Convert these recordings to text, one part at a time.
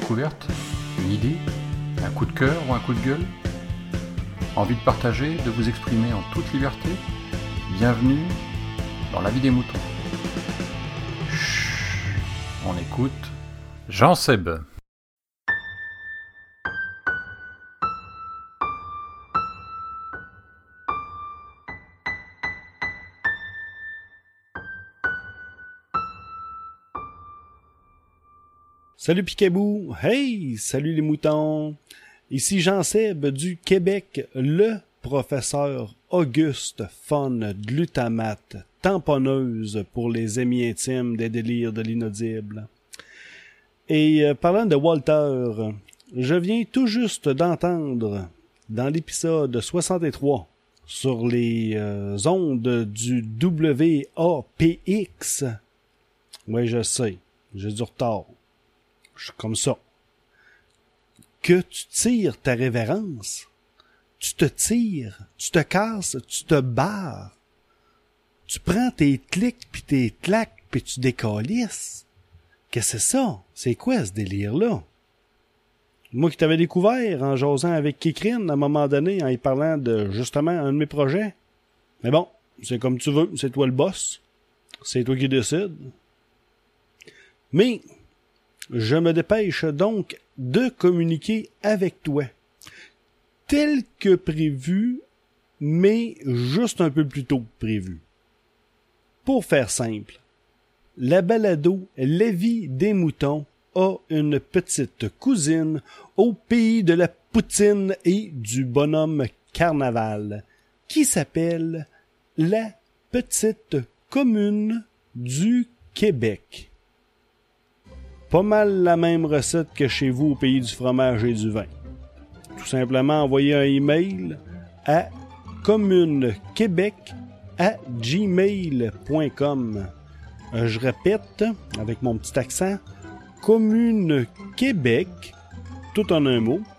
découverte, une idée, un coup de cœur ou un coup de gueule? Envie de partager, de vous exprimer en toute liberté? Bienvenue dans la vie des moutons. Chut, on écoute Jean Seb. Salut Picabou, hey, salut les moutons. Ici Jean Seb du Québec, le professeur Auguste Von Glutamate, tamponneuse pour les amis intimes des délires de l'inaudible. Et parlant de Walter, je viens tout juste d'entendre dans l'épisode 63 sur les ondes du WAPX. Ouais, je sais, j'ai du retard. Je suis comme ça. Que tu tires ta révérence, tu te tires, tu te casses, tu te barres. Tu prends tes clics pis tes claques pis tu décalisses. Qu'est-ce que c'est ça? C'est quoi ce délire-là? Moi qui t'avais découvert en jasant avec Kikrine à un moment donné, en y parlant de justement un de mes projets. Mais bon, c'est comme tu veux, c'est toi le boss. C'est toi qui décides. Mais je me dépêche donc de communiquer avec toi, tel que prévu, mais juste un peu plus tôt que prévu. Pour faire simple, la balado La vie des moutons a une petite cousine au pays de la poutine et du bonhomme carnaval, qui s'appelle la petite commune du Québec. Pas mal la même recette que chez vous au pays du fromage et du vin. Tout simplement envoyer un email à communequebec@gmail.com. Je répète avec mon petit accent, communequebec, tout en un mot,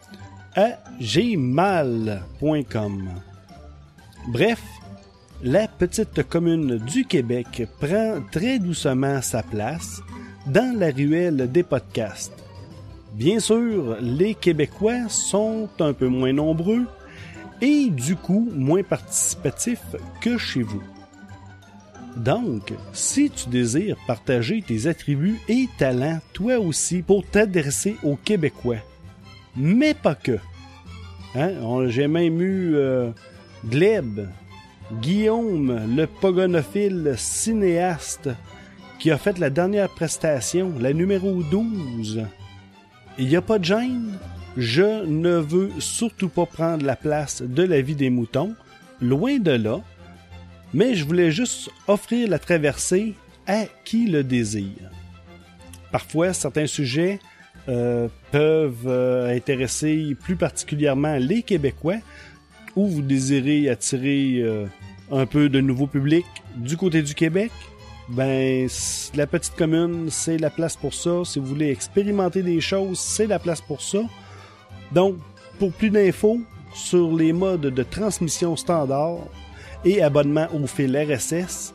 @gmail.com. Bref, la petite commune du Québec prend très doucement sa place dans la ruelle des podcasts. Bien sûr, les Québécois sont un peu moins nombreux et du coup moins participatifs que chez vous. Donc, si tu désires partager tes attributs et talents toi aussi pour t'adresser aux Québécois, mais pas que. J'ai même eu Gleb, Guillaume, le pogonophile cinéaste, qui a fait la dernière prestation, la numéro 12. Il n'y a pas de gêne. Je ne veux surtout pas prendre la place de la vie des moutons, loin de là, mais je voulais juste offrir la traversée à qui le désire. Parfois, certains sujets peuvent intéresser plus particulièrement les Québécois, ou vous désirez attirer un peu de nouveau public du côté du Québec. Ben, la petite commune, c'est la place pour ça. Si vous voulez expérimenter des choses, c'est la place pour ça. Donc, pour plus d'infos sur les modes de transmission standard et abonnement au fil RSS,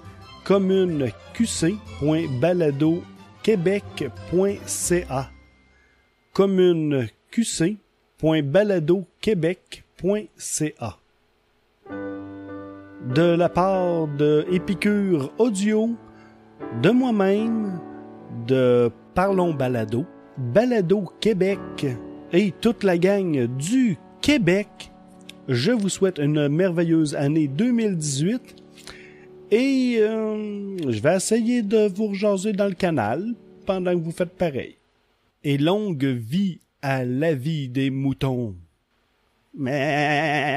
communeqc.baladoquebec.ca communeqc.baladoquebec.ca. De la part de Épicure Audio, de moi-même, de Parlons Balado, Balado Québec et toute la gang du Québec, je vous souhaite une merveilleuse année 2018 et je vais essayer de vous rejaser dans le canal pendant que vous faites pareil. Et longue vie à la vie des moutons. Mais